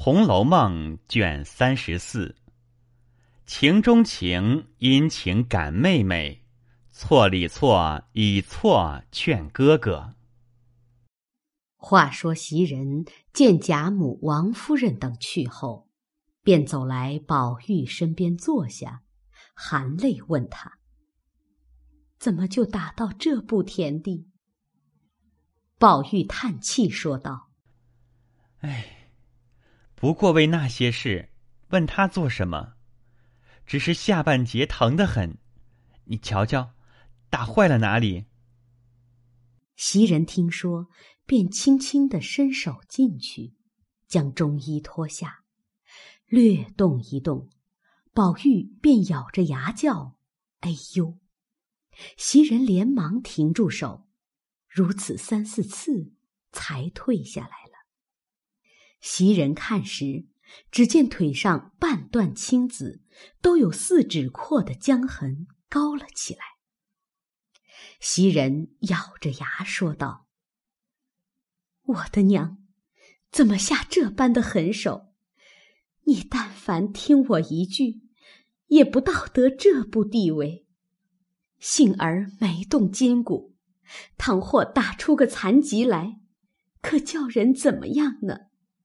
红楼梦》卷34，情中情，因情感妹妹，错里错，以错劝哥哥。 话说袭人见贾母、王夫人等去后，便走来宝玉身边坐下，含泪问他：怎么就打到这步田地？宝玉叹气说道： 哎，不过为那些事，问他做什么？只是下半截疼得很，你瞧瞧，打坏了哪里？ 袭人听说，便轻轻地伸手进去，将中衣脱下，略动一动，宝玉便咬着牙叫：哎呦！袭人连忙停住手，如此3、4次才退下来了。袭人看时，只见腿上半段青紫，都有4指阔的浆痕高了起来。袭人咬着牙说道：我的娘，怎么下这般的狠手？你但凡听我一句，也不到得这步地位。幸而没动筋骨，倘或打出个残疾来，可叫人怎么样呢？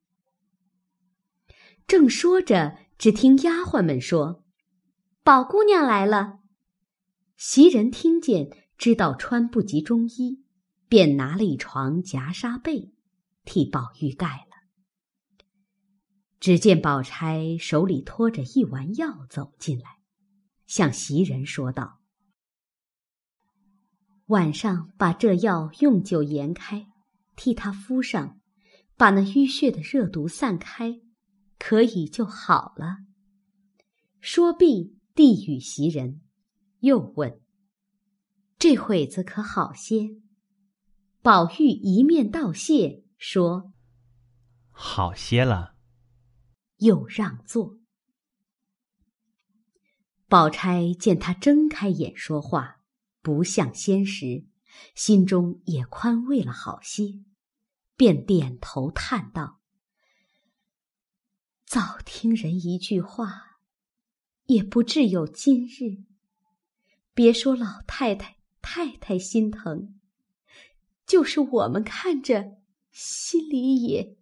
正说着，只听丫鬟们说：宝姑娘来了。袭人听见，知道穿不及中衣，便拿了一床夹纱被，替宝玉盖了。只见宝钗手里托着一丸药走进来，向袭人说道：晚上把这药用酒研开，替他敷上，把那淤血的热毒散开，可以就好了。说毕，递与袭人，又问：这会子可好些？宝玉一面道谢，说： 好些了。 又让座。宝钗见他睁开眼说话，不像先时，心中也宽慰了好些，便点头叹道：早听人一句话，也不至有今日。别说老太太、太太心疼，就是我们看着，心里也……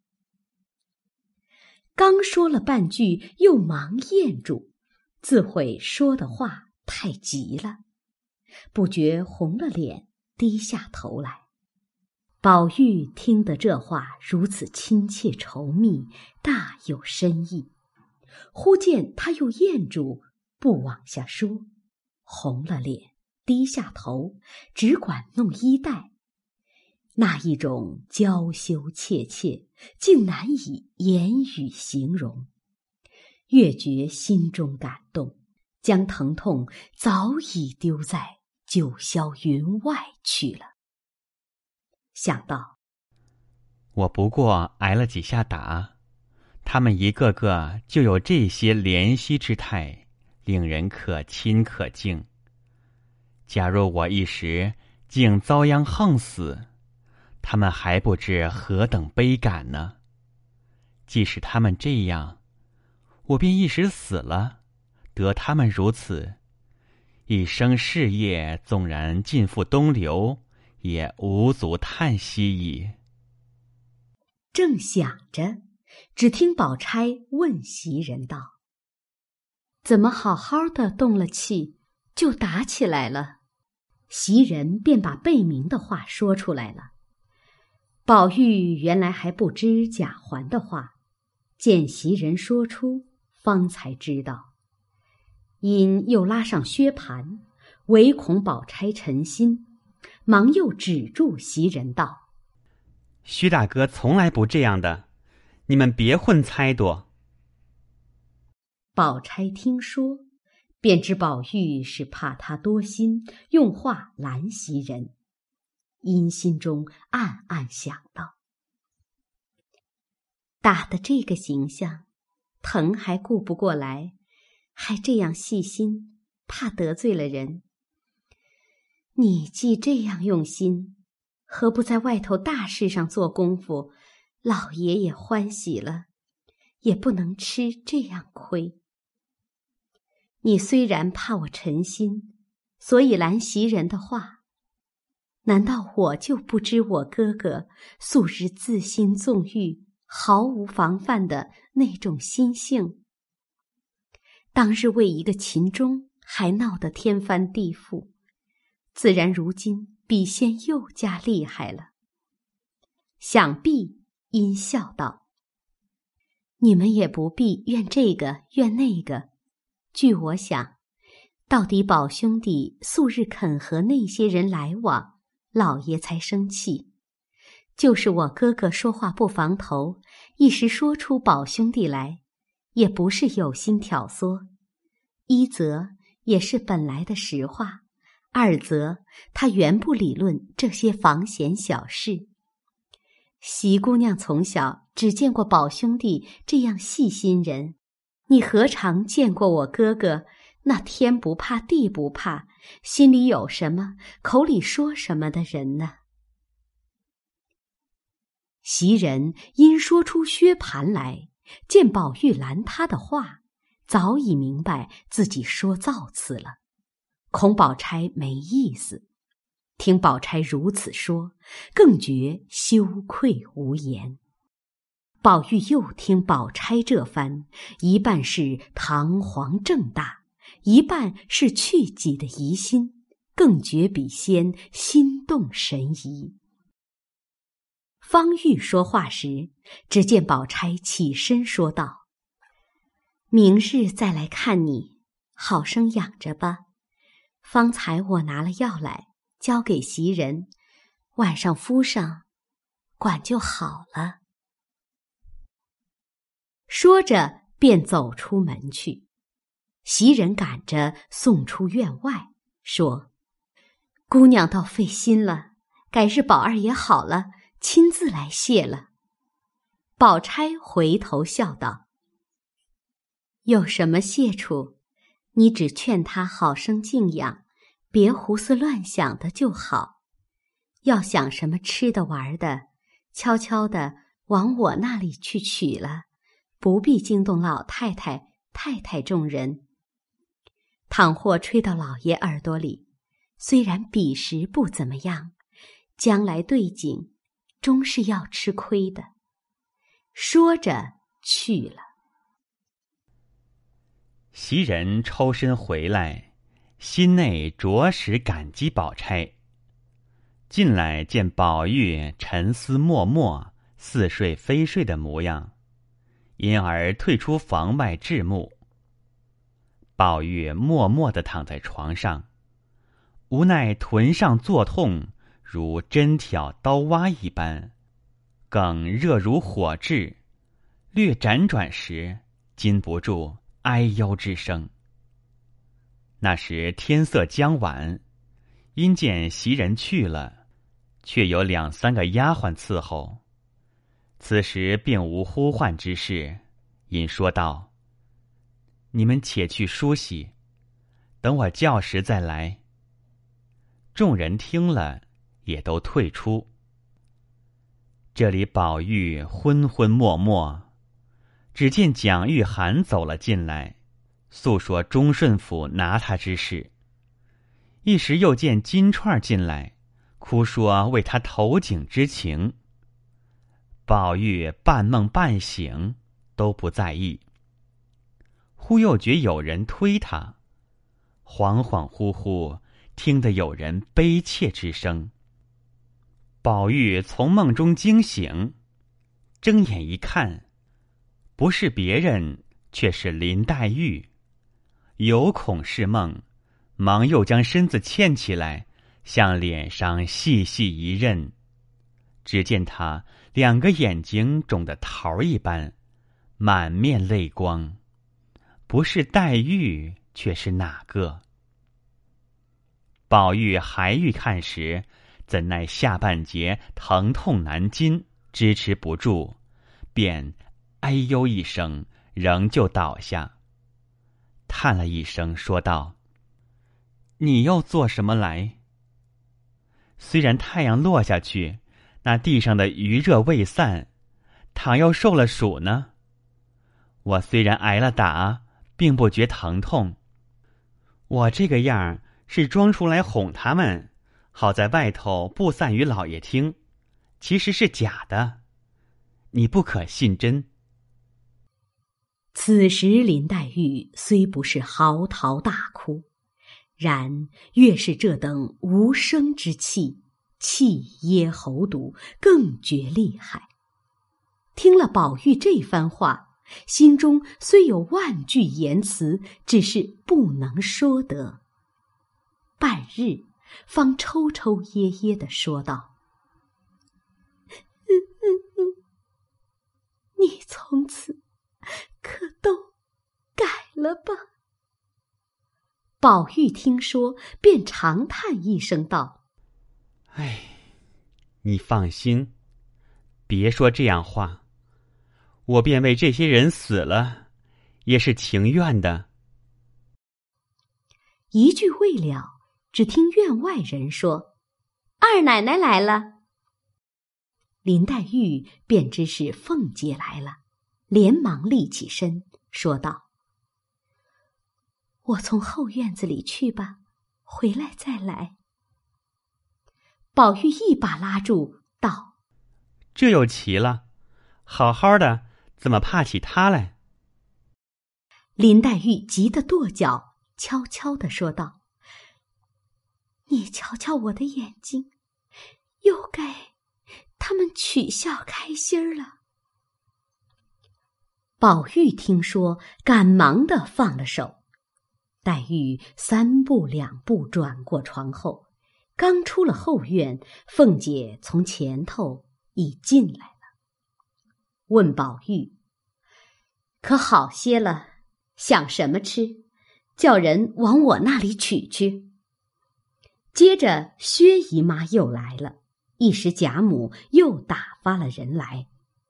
刚说了半句，又忙咽住，自悔说的话太急了，不觉红了脸，低下头来。宝玉听得这话如此亲切稠密，大有深意，忽见他又咽住，不往下说，红了脸，低下头，只管弄衣带，那一种娇羞怯怯，竟难以言语形容，越觉心中感动，将疼痛早已丢在九霄云外去了。想到我不过挨了几下打，他们一个个就有这些怜惜之态，令人可亲可敬。假若我一时竟遭殃横死，他们还不知何等悲感呢。即使他们这样，我便一时死了，得他们如此，一生事业纵然尽付东流，也无足叹息矣。 正想着，只听宝钗问袭人道：怎么好好的动了气，就打起来了？袭人便把贝明的话说出来了。宝玉原来还不知贾环的话，见袭人说出，方才知道，因又拉上薛蟠，唯恐宝钗沉心，忙又止住袭人道： 薛大哥从来不这样的，你们别混猜度。 宝钗听说，便知宝玉是怕他多心，用话拦袭人，因心中暗暗想到：打的这个形象，疼还顾不过来，还这样细心，怕得罪了人。你既这样用心，何不在外头大事上做功夫，老爷也欢喜了， 也不能吃这样亏。你虽然怕我沉心，所以拦袭人的话，难道我就不知我哥哥素日自心纵欲，毫无防范的那种心性？当日为一个秦钟还闹得天翻地覆，自然如今比先又加厉害了。想必阴笑道：你们也不必怨这个怨那个，据我想，到底宝兄弟素日肯和那些人来往，老爷才生气。就是我哥哥说话不防头，一时说出宝兄弟来，也不是有心挑唆。一则也是本来的实话，二则他原不理论这些房闲小事。席姑娘从小只见过宝兄弟这样细心人，你何尝见过我哥哥那天不怕地不怕，心里有什么口里说什么的人呢？袭人因说出薛蟠来，见宝玉拦他的话，早已明白自己说造次了，恐宝钗没意思，听宝钗如此说，更觉羞愧无言。宝玉又听宝钗这番，一半是堂皇正大，一半是去己的疑心，更觉比先心动神怡。方玉说话时，只见宝钗起身说道：明日再来看你，好生养着吧。方才我拿了药来，交给袭人，晚上敷上，管就好了。说着便走出门去，袭人赶着送出院外，说：姑娘倒费心了，改日宝二爷好了，亲自来谢了。宝钗回头笑道：有什么谢处？你只劝他好生静养，别胡思乱想的就好。要想什么吃的玩的，悄悄的往我那里去取了，不必惊动老太太、太太众人。倘或吹到老爷耳朵里，虽然彼时不怎么样，将来对景，终是要吃亏的。说着去了。 袭人抽身回来，心内着实感激宝钗。进来见宝玉沉思默默、似睡非睡的模样，因而退出房外至目。宝玉默默地躺在床上，无奈臀上作痛，如针挑刀挖一般，更热如火炙，略辗转时，禁不住哎呦之声。那时天色将晚，因见袭人去了，却有2、3个丫鬟伺候。此时并无呼唤之事，因说道：你们且去梳洗，等我叫时再来。众人听了，也都退出。这里宝玉昏昏默默，只见蒋玉菡走了进来，诉说忠顺府拿他之事。一时又见金钏进来，哭说为他投井之情。宝玉半梦半醒，都不在意。忽又觉有人推他，恍恍惚惚听得有人悲切之声。宝玉从梦中惊醒，睁眼一看，不是别人，却是林黛玉。有恐是梦，忙又将身子欠起来，向脸上细细一认，只见她2个眼睛肿得桃一般，满面泪光，不是黛玉，却是哪个？宝玉还欲看时，怎奈下半截疼痛难禁，支持不住，便哎呦一声，仍旧倒下，叹了一声，说道：你又做什么来？虽然太阳落下去，那地上的余热未散，倘要受了暑呢？ 我虽然挨了打，并不觉疼痛。我这个样是装出来哄他们，好在外头不散于老爷听，其实是假的，你不可信真。” 此时林黛玉虽不是嚎啕大哭，然越是这等无声之气，气噎喉毒，更觉厉害。听了宝玉这番话，心中虽有万句言辞，只是不能说得。半日，方抽抽噎噎地说道：“你从此可都改了吧？”宝玉听说，便长叹一声道：“ 哎，你放心，别说这样话，我便为这些人死了，也是情愿的。” 一句未了，只听院外人说：“二奶奶来了。”林黛玉便知是凤姐来了，连忙立起身，说道：“我从后院子里去吧，回来再来。”宝玉一把拉住，道：“ 这又奇了，好好的，怎么怕起他来？” 林黛玉急得跺脚，悄悄地说道：“你瞧瞧我的眼睛，又该他们取笑开心儿了。”宝玉听说，赶忙地放了手。黛玉三步两步转过床后，刚出了后院，凤姐从前头已进来了，问宝玉：“可好些了？想什么吃？叫人往我那里取去。”接着薛姨妈又来了，一时贾母又打发了人来。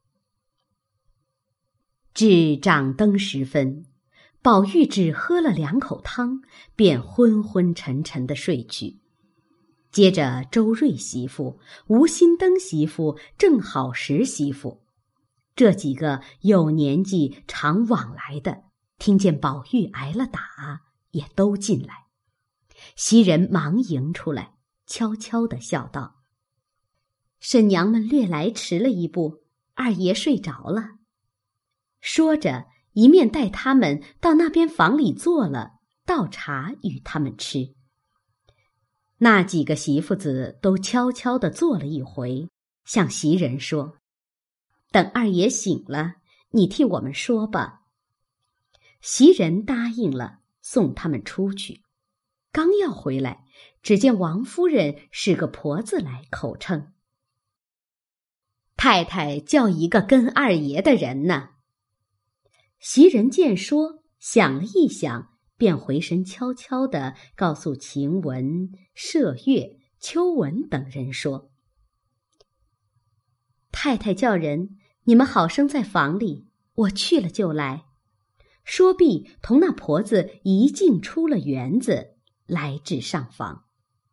至掌灯时分，宝玉只喝了2口汤，便昏昏沉沉地睡去。接着周瑞媳妇、吴心登媳妇、正好时媳妇，这几个有年纪常往来的，听见宝玉挨了打，也都进来。袭人忙迎出来，悄悄地笑道：“婶娘们略来迟了一步，二爷睡着了。”说着，一面带他们到那边房里坐了，倒茶与他们吃。那几个媳妇子都悄悄地坐了一回，向袭人说：“等二爷醒了，你替我们说吧。”袭人答应了，送他们出去。刚要回来，只见王夫人使个婆子来口称：“太太叫一个跟二爷的人呢。”袭人见说，想了一想，便回身悄悄地告诉晴雯、麝月、秋纹等人说：“太太叫人，你们好生在房里，我去了就来。”说毕，同那婆子一径出了园子，来至上房。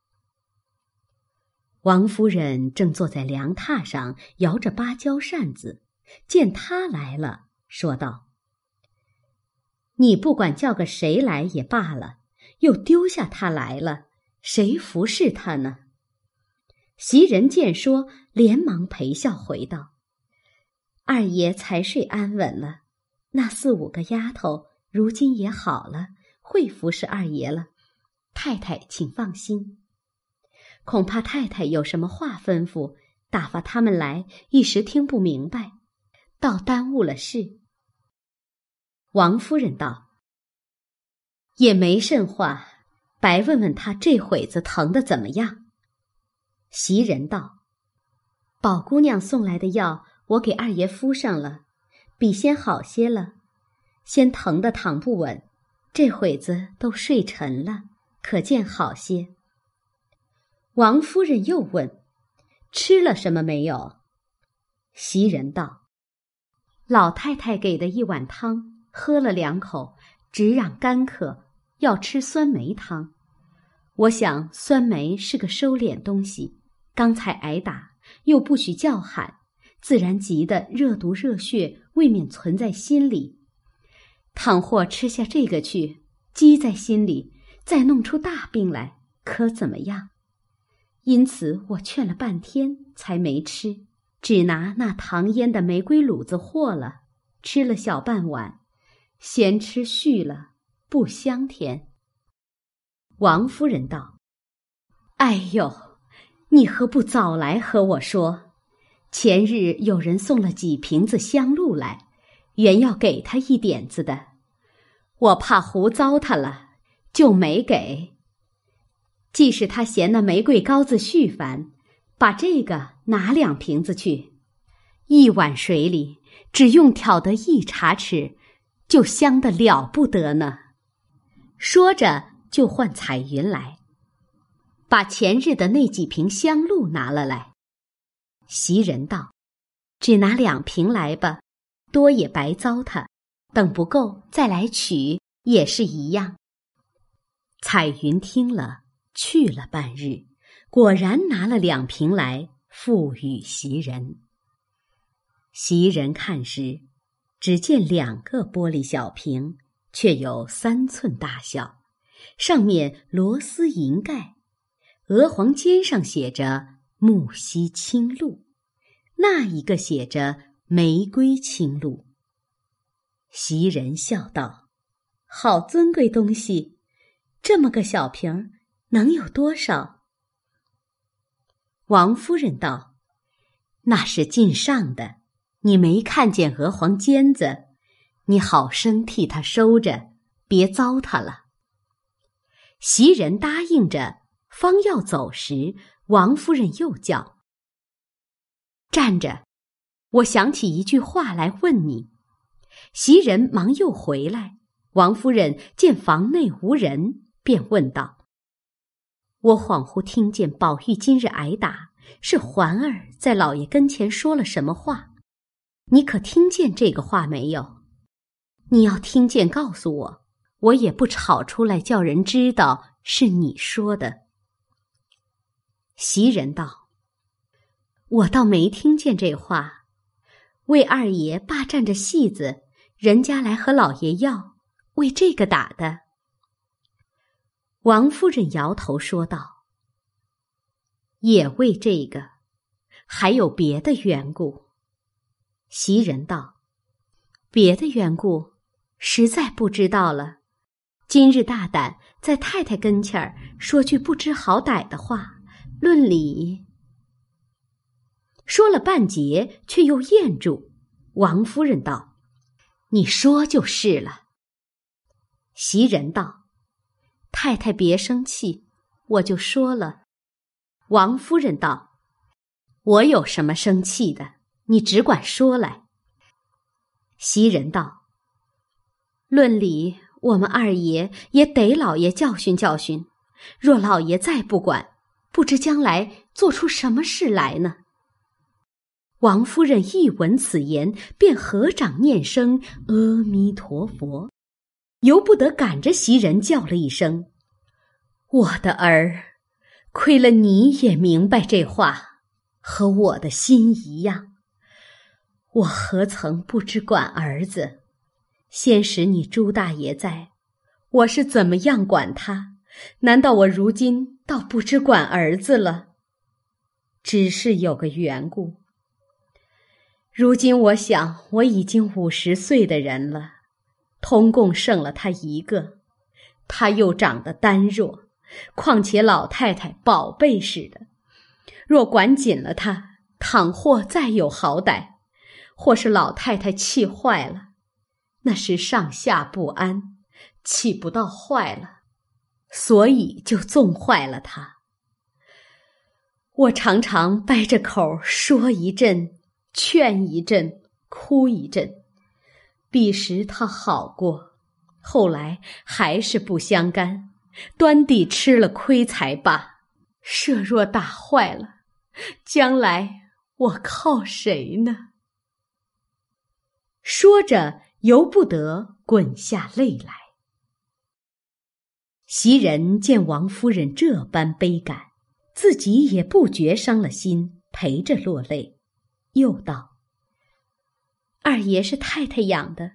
王夫人正坐在凉榻上摇着芭蕉扇子，见她来了，说道：“你不管叫个谁来也罢了，又丢下他来了，谁服侍他呢？”袭人见说，连忙陪笑回道：“二爷才睡安稳了，那4、5个丫头如今也好了，会服侍二爷了。太太请放心。恐怕太太有什么话吩咐，打发他们来，一时听不明白，倒耽误了事。”王夫人道：“也没甚话，白问问他这会子疼得怎么样。”袭人道：“宝姑娘送来的药，我给二爷敷上了，比先好些了。先疼得躺不稳，这会子都睡沉了，可见好些。”王夫人又问：“吃了什么没有？”袭人道：“老太太给的一碗汤，喝了2口，直嚷干渴，要吃酸梅汤。我想酸梅是个收敛东西，刚才挨打，又不许叫喊，自然急得热毒热血，未免存在心里。 倘或吃下这个去，积在心里，再弄出大病来，可怎么样？因此我劝了半天，才没吃，只拿那糖腌的玫瑰卤子和了，吃了小半碗，嫌吃续了，不香甜。王夫人道：哎呦，你何不早来和我说？前日有人送了几瓶子香露来，原要给他一点子的，我怕胡糟蹋了，就没给。既是他嫌那玫瑰膏子续烦，把这个拿2瓶子去，一碗水里只用挑得1茶匙，就香得了不得呢。说着就唤彩云来，把前日的那几瓶香露拿了来。袭人道：只拿2瓶来吧，多也白糟蹋，等不够再来取也是一样。彩云听了，去了半日，果然拿了2瓶来，付与袭人。袭人看时，只见2个玻璃小瓶，却有3寸大小，上面螺丝银盖，鹅黄尖上写着木樨清露，那一个写着玫瑰清露。袭人笑道：好尊贵东西，这么个小瓶能有多少？王夫人道：那是进上的，你没看见鹅黄尖子，你好生替他收着，别糟蹋了。袭人答应着，方要走时，王夫人又叫：站着，我想起一句话来问你。袭人忙又回来，王夫人见房内无人，便问道：我恍惚听见宝玉今日挨打，是环儿在老爷跟前说了什么话？你可听见这个话没有？你要听见告诉我，我也不吵出来叫人知道是你说的。袭人道：我倒没听见这话，为二爷霸占着戏子，人家来和老爷要，为这个打的。王夫人摇头说道：也为这个，还有别的缘故。袭人道：别的缘故实在不知道了，今日大胆在太太跟前儿说句不知好歹的话，论理。说了半截，却又咽住。王夫人道：你说就是了。袭人道：太太别生气，我就说了。王夫人道：我有什么生气的，你只管说来。袭人道：论理，我们二爷也得老爷教训教训，若老爷再不管，不知将来做出什么事来呢。王夫人一闻此言，便合掌念声阿弥陀佛，由不得赶着袭人叫了一声：我的儿，亏了你也明白这话，和我的心一样。我何曾不知管儿子？先使你朱大爷在，我是怎么样管他？难道我如今倒不知管儿子了？只是有个缘故。如今我想，我已经50岁的人了，通共剩了他一个，他又长得单弱，况且老太太宝贝似的，若管紧了他，倘或再有好歹，或是老太太气坏了，那是上下不安，气不到坏了，所以就纵坏了他。我常常掰着口说一阵，劝一阵，哭一阵，彼时他好过，后来还是不相干，端地吃了亏才罢。设若打坏了，将来我靠谁呢？说着由不得滚下泪来。袭人见王夫人这般悲感，自己也不觉伤了心，陪着落泪，又道：二爷是太太养的，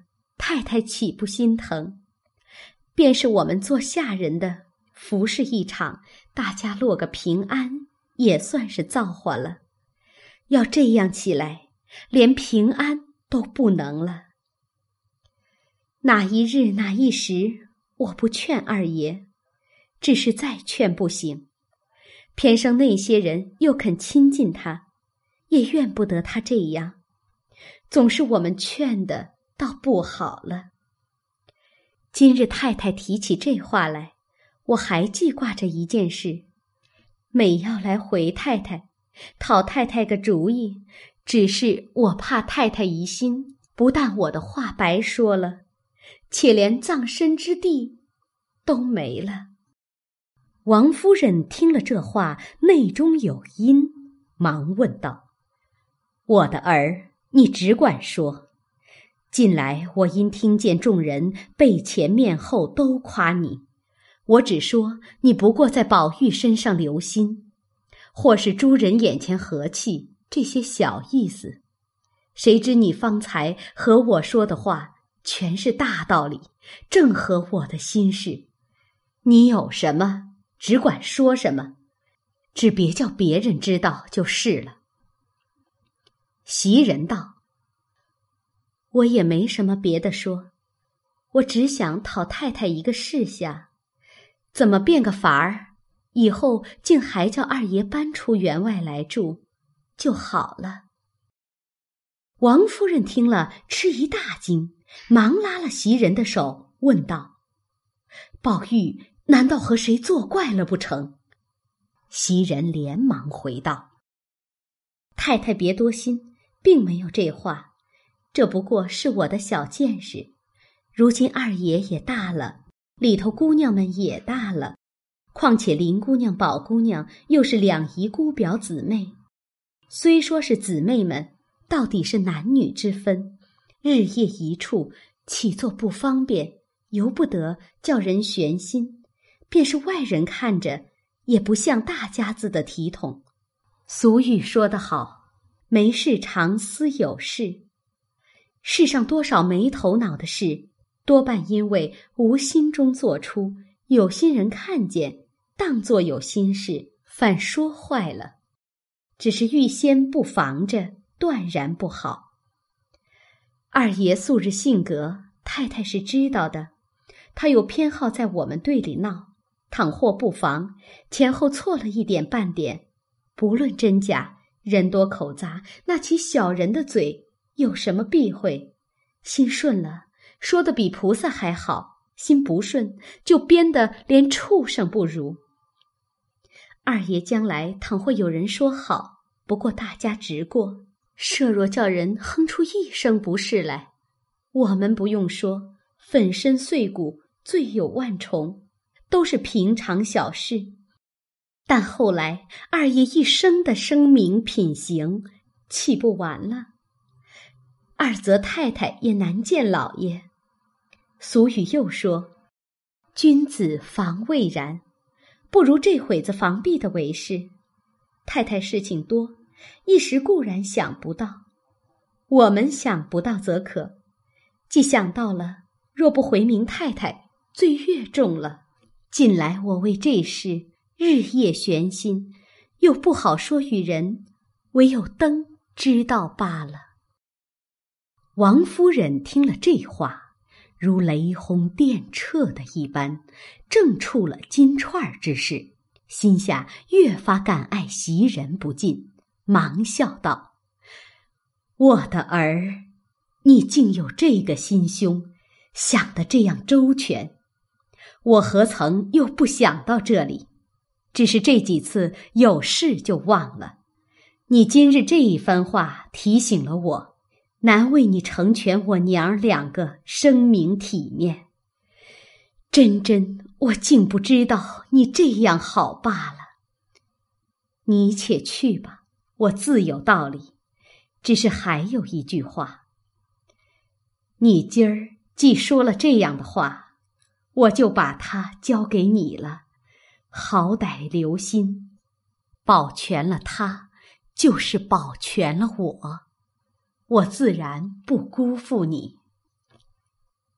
太太岂不心疼？便是我们做下人的，服侍一场，大家落个平安，也算是造化了。要这样起来，连平安都不能了。哪一日哪一时，我不劝二爷，只是再劝不行。偏生那些人又肯亲近他，也怨不得他这样，总是我们劝的倒不好了。今日太太提起这话来，我还记挂着一件事，每要来回太太，讨太太个主意，只是我怕太太疑心，不但我的话白说了，且连葬身之地都没了。王夫人听了这话，内中有因，忙问道：我的儿，你只管说。近来我因听见众人背前面后都夸你，我只说你不过在宝玉身上留心，或是诸人眼前和气，这些小意思。谁知你方才和我说的话全是大道理，正合我的心事。你有什么只管说什么，只别叫别人知道就是了。袭人道：我也没什么别的说，我只想讨太太一个示下，怎么变个法儿，以后竟还叫二爷搬出园外来住就好了。王夫人听了吃一大惊，忙拉了袭人的手问道：宝玉难道和谁作怪了不成？袭人连忙回道：太太别多心，并没有这话，这不过是我的小见识。如今二爷也大了，里头姑娘们也大了，况且林姑娘、宝姑娘又是两姨姑表姊妹，虽说是姊妹们，到底是男女之分，日夜一处，岂作不方便，由不得叫人悬心，便是外人看着也不像大家子的体统。俗语说得好，没事常思有事。世上多少没头脑的事，多半因为无心中做出，有心人看见，当作有心事，反说坏了。只是预先不防着，断然不好。二爷素日性格，太太是知道的，他有偏好在我们队里闹，倘或不防，前后错了一点半点，不论真假，人多口杂，那起小人的嘴有什么避讳？心顺了，说得比菩萨还好；心不顺，就编得连畜生不如。二爷将来倘或有人说好，不过大家直过，设若叫人哼出一声不是来，我们不用说，粉身碎骨，罪有万重，都是平常小事。但后来二爷一生的声名品行，岂不完了？二则太太也难见老爷。俗语又说，君子防未然，不如这会子防避的为是。太太事情多，一时固然想不到，我们想不到则可，既想到了，若不回明太太，罪越重了。近来我为这事日夜悬心，又不好说与人，唯有灯知道罢了。王夫人听了这话，如雷轰电掣的一般，正触了金钏之事，心下越发感爱袭人不尽，忙笑道：我的儿，你竟有这个心胸，想得这样周全，我何曾又不想到这里，只是这几次有事就忘了。你今日这一番话提醒了我，难为你成全我娘儿两个声名体面。真我竟不知道你这样好罢了。你且去吧，我自有道理。只是还有一句话，你今儿既说了这样的话，我就把它交给你了，好歹留心，保全了他，就是保全了我，我自然不辜负你。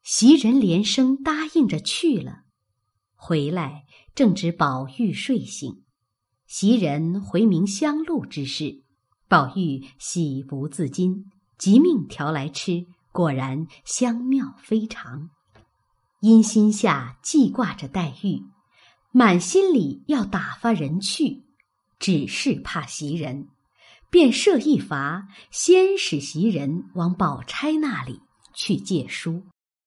袭人连声答应着去了。回来正值宝玉睡醒，袭人回明香露之事，宝玉喜不自禁，即命调来吃，果然香妙非常。因心下记挂着黛玉，满心里要打发人去，只是怕袭人，便设一法，先使袭人往宝钗那里去借书。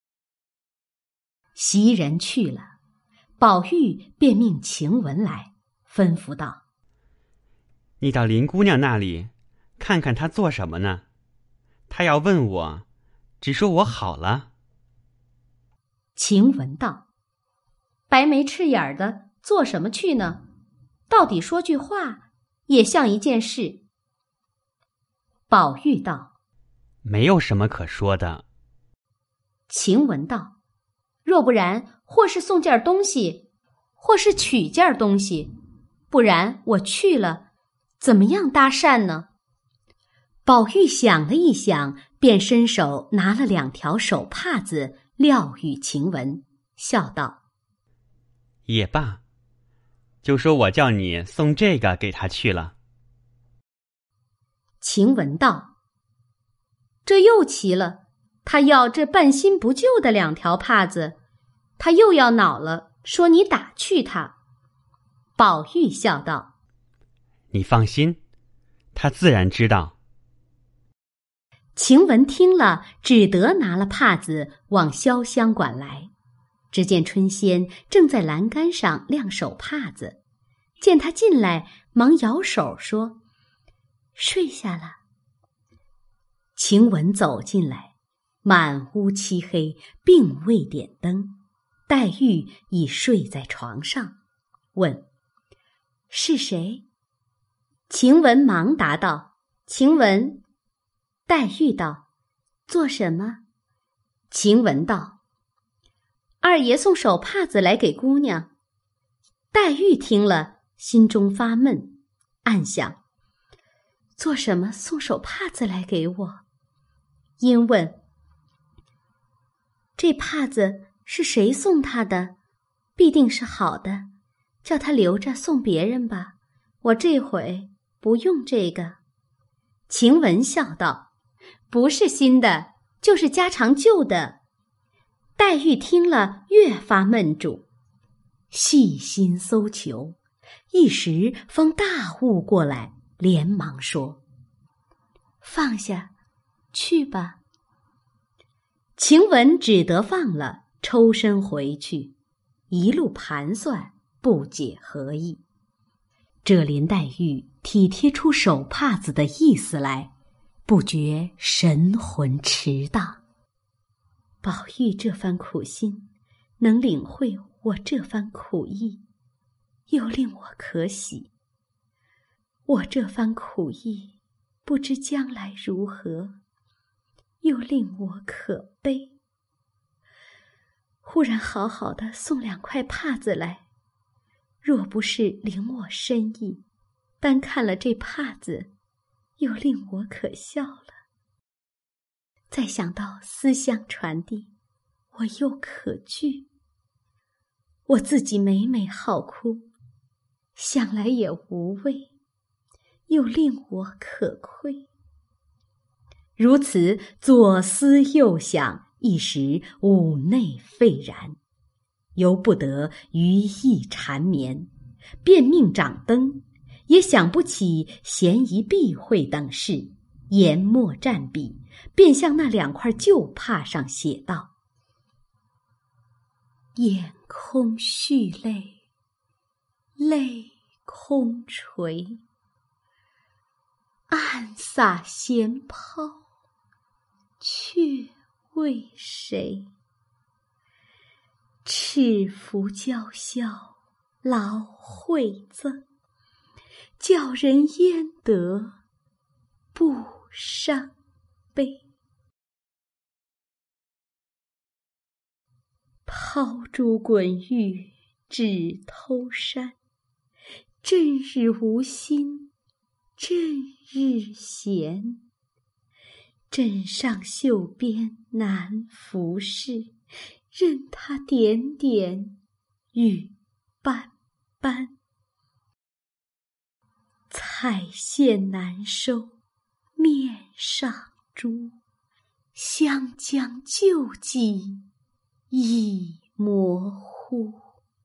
袭人去了，宝玉便命晴雯来，吩咐道： 你到林姑娘那里看看她做什么呢？她要问我，只说我好了。 晴雯道：白眉赤眼的，做什么去呢？到底说句话，也像一件事。宝玉道： 没有什么可说的。 晴雯道：若不然，或是送件东西，或是取件东西，不然我去了，怎么样搭讪呢？宝玉想了一想，便伸手拿了2条手帕子撂与晴雯，笑道： 也罢，就说我叫你送这个给他去了。 晴雯道：这又奇了，他要这半新不旧的2条帕子，他又要恼了，说你打趣他。宝玉笑道： 你放心，他自然知道。 晴雯听了，只得拿了帕子往潇湘馆来。只见春仙正在栏杆上晾手帕子，见他进来，忙摇手说：睡下了。晴雯走进来，满屋漆黑，并未点灯，黛玉已睡在床上，问：是谁？晴雯忙答道：晴雯。黛玉道：做什么？晴雯道：二爷送手帕子来给姑娘。黛玉听了，心中发闷，暗想：做什么送手帕子来给我？因问：这帕子是谁送他的？必定是好的，叫他留着送别人吧，我这回不用这个。晴雯笑道：不是新的，就是家常旧的。黛玉听了，越发闷住，细心搜求，一时方大悟过来，连忙说：放下，去吧。晴雯只得放了，抽身回去，一路盘算，不解何意。这连黛玉体贴出手帕子的意思来，不觉神魂驰荡。宝玉这番苦心，能领会我这番苦意，又令我可喜。我这番苦意，不知将来如何，又令我可悲。忽然好好的送2块帕子来，若不是领我深意，单看了这帕子，又令我可笑了。再想到思乡传递，我又可惧。我自己每每好哭，想来也无味，又令我可愧。如此左思右想，一时五内沸然，由不得余意缠绵，便命掌灯，也想不起嫌疑避讳等事，研墨蘸笔，便向那2块旧帕上写道：眼空蓄泪，泪空垂，暗洒闲抛，却为谁？赤服娇笑，劳惠赠，叫人焉得不伤悲？抛珠滚玉只偷山，正日无心，正日闲。枕上绣边难拂拭， 任它点点雨斑斑。彩线难收面上珠，湘江旧迹已模糊。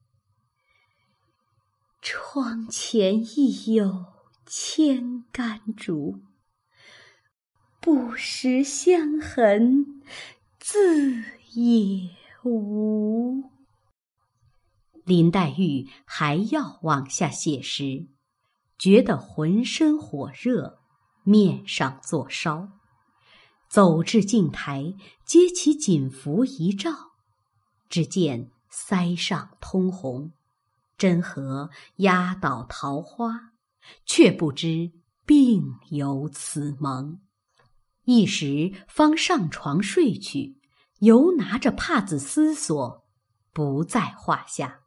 窗前亦有千竿竹，不识香痕自也无。林黛玉还要往下写时，觉得浑身火热，面上作烧，走至镜台，揭起锦服一照，只见腮上通红，真和压倒桃花，却不知病由此萌。一时方上床睡去，犹拿着帕子思索，不在话下。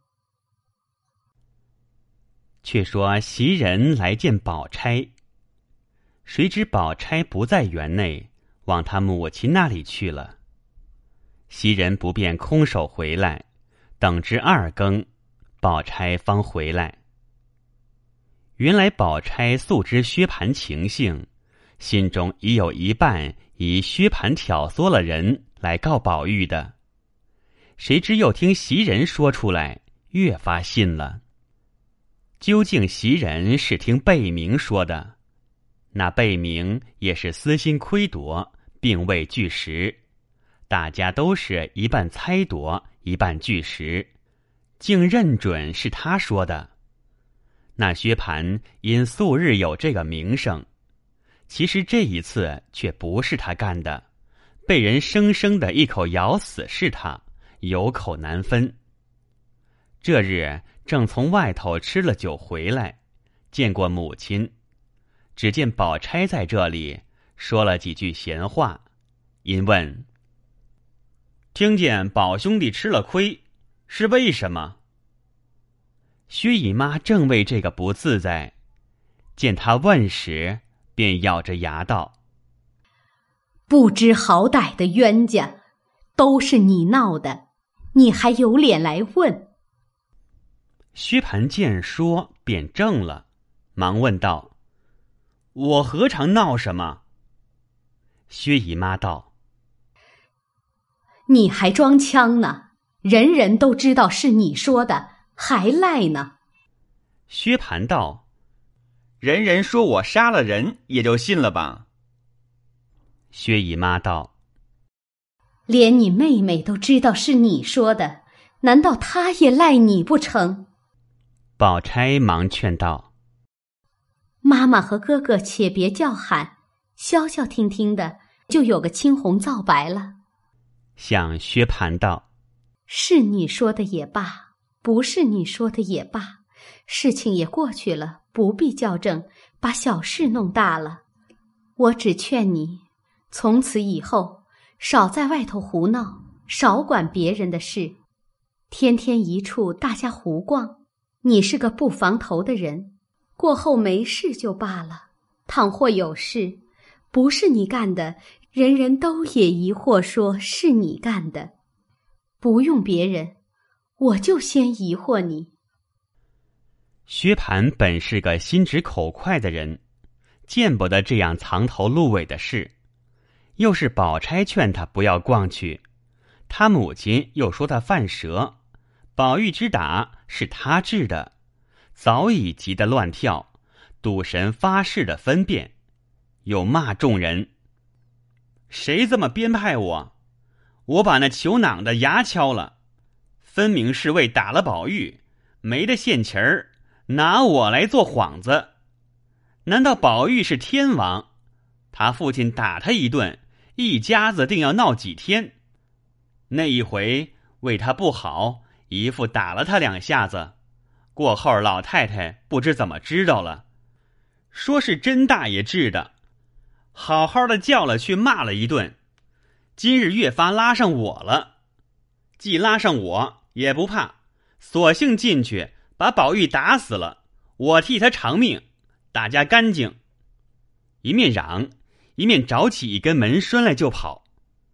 却说袭人来见宝钗，谁知宝钗不在园内，往她母亲那里去了。袭人不便空手回来，等至2更，宝钗方回来。原来宝钗素知薛蟠情性，心中已有一半以薛蟠挑唆了人来告宝玉的，谁知又听袭人说出来，越发信了。究竟袭人是听贝明说的，那贝明也是私心窥夺，并未据实，大家都是一半猜夺，一半据实，竟认准是他说的。那薛蟠因素日有这个名声，其实这一次却不是他干的，被人生生的一口咬死是他，有口难分。这日正从外头吃了酒回来，见过母亲，只见宝钗在这里说了几句闲话，因问：听见宝兄弟吃了亏，是为什么？薛姨妈正为这个不自在，见他问时，便咬着牙道： 不知好歹的冤家，都是你闹的，你还有脸来问？ 薛蟠见说，便怔了，忙问道：我何尝闹什么？薛姨妈道： 你还装腔呢，人人都知道是你说的，还赖呢。 薛蟠道：人人说我杀了人，也就信了吧。薛姨妈道： 连你妹妹都知道是你说的，难道她也赖你不成？ 宝钗忙劝道： 妈妈和哥哥且别叫喊，消消听听的，就有个青红皂白了。 向薛蟠道： 是你说的也罢，不是你说的也罢，事情也过去了，不必较正，把小事弄大了。我只劝你，从此以后少在外头胡闹，少管别人的事，天天一处大家胡逛。你是个不防头的人，过后没事就罢了，倘或有事，不是你干的，人人都也疑惑说是你干的。不用别人，我就先疑惑你。 薛蟠本是个心直口快的人，见不得这样藏头露尾的事，又是宝钗劝他不要逛去，他母亲又说他犯蛇，宝玉之打是他治的，早已急得乱跳，赌神发誓的分辨，又骂众人：谁这么编排我？我把那裘囊的牙敲了，分明是为打了宝玉，没得现钱儿，拿我来做幌子。难道宝玉是天王？他父亲打他一顿，一家子定要闹几天。那一回为他不好，姨父打了他2下子，过后老太太不知怎么知道了，说是甄大爷治的，好好的叫了去骂了一顿，今日越发拉上我了。既拉上我也不怕，索性进去把宝玉打死了，我替他偿命，大家干净。一面嚷，一面找起一根门栓来就跑。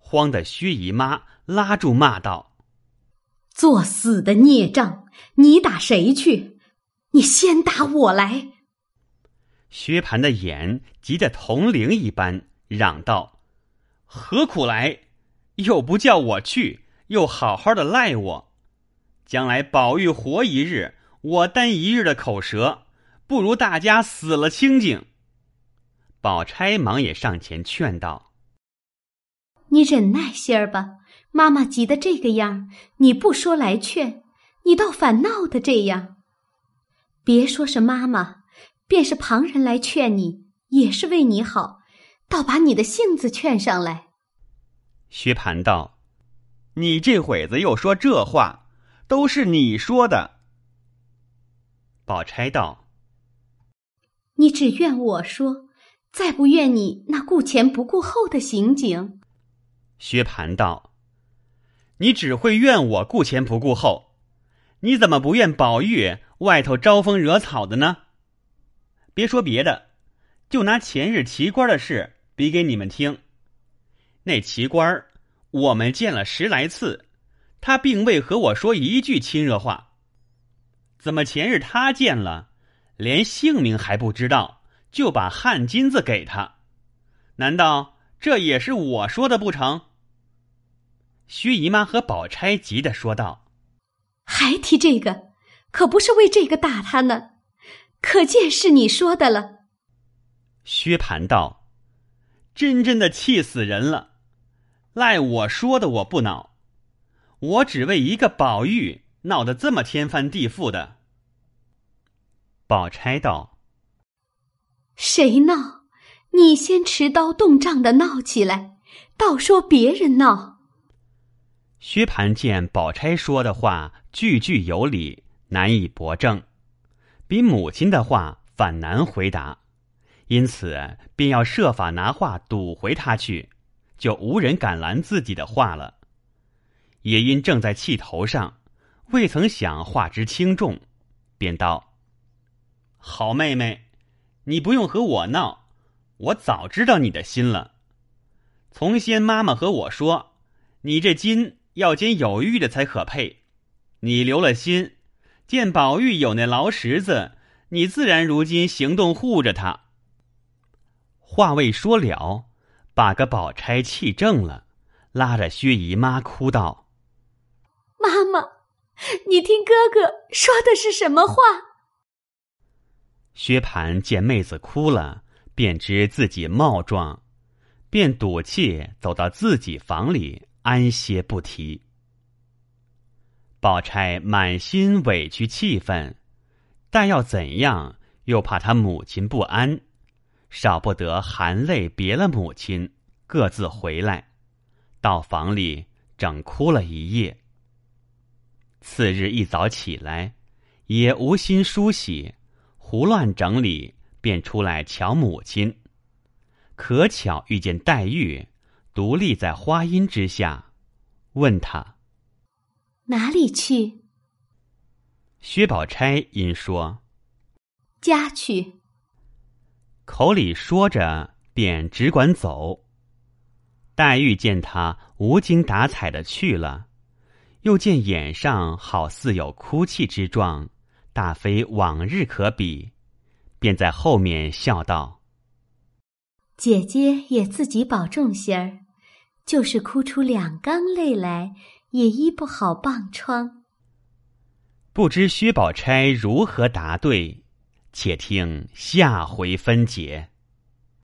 慌得薛姨妈拉住骂道： 作死的孽障，你打谁去？你先打我来！ 薛蟠的眼急得铜铃一般，嚷道：何苦来？又不叫我去，又好好的赖我。将来宝玉活一日，我担一日的口舌，不如大家死了清净。宝钗忙也上前劝道： 你忍耐些儿吧，妈妈急得这个样，你不说来劝，你倒反闹得这样。别说是妈妈，便是旁人来劝你，也是为你好，倒把你的性子劝上来。 薛蟠道：你这会子又说这话，都是你说的。宝钗道： 你只怨我说，再不怨你那顾前不顾后的行径。 薛蟠道：你只会怨我顾前不顾后，你怎么不怨宝玉外头招风惹草的呢？别说别的，就拿前日奇官的事比给你们听。那奇官我们见了10来次，他并未和我说一句亲热话，怎么前日他见了，连姓名还不知道，就把汗金子给他？难道这也是我说的不成？薛姨妈和宝钗急地说道： 还提这个，可不是为这个打他呢，可见是你说的了。 薛蟠道：真的气死人了，赖我说的我不恼，我只为一个宝玉闹得这么天翻地覆的。宝钗道： 谁闹？你先持刀动杖的闹起来，倒说别人闹。 薛蟠见宝钗说的话句句有理，难以驳正，比母亲的话反难回答，因此便要设法拿话堵回他去，就无人敢拦自己的话了。也因正在气头上，未曾想话之轻重，便道：好妹妹，你不用和我闹，我早知道你的心了。从先妈妈和我说，你这金要捡有玉的才可配，你留了心，见宝玉有那劳什子，你自然如今行动护着他。话未说了，把个宝钗气怔了，拉着薛姨妈哭道： 妈妈，你听哥哥说的是什么话？ 薛蟠见妹子哭了，便知自己冒撞，便赌气走到自己房里安歇不提。宝钗满心委屈气愤，但要怎样又怕她母亲不安，少不得含泪别了母亲，各自回来，到房里整哭了一夜。次日一早起来，也无心梳洗，胡乱整理，便出来瞧母亲。可巧遇见黛玉独立在花荫之下，问她哪里去？ 薛宝钗因说家去。 口里说着便只管走。黛玉见他无精打采的去了，又见眼上好似有哭泣之状，大非往日可比，便在后面笑道： 姐姐也自己保重些儿，就是哭出2缸泪来，也医不好棒疮。 不知薛宝钗如何答对，且听下回分解。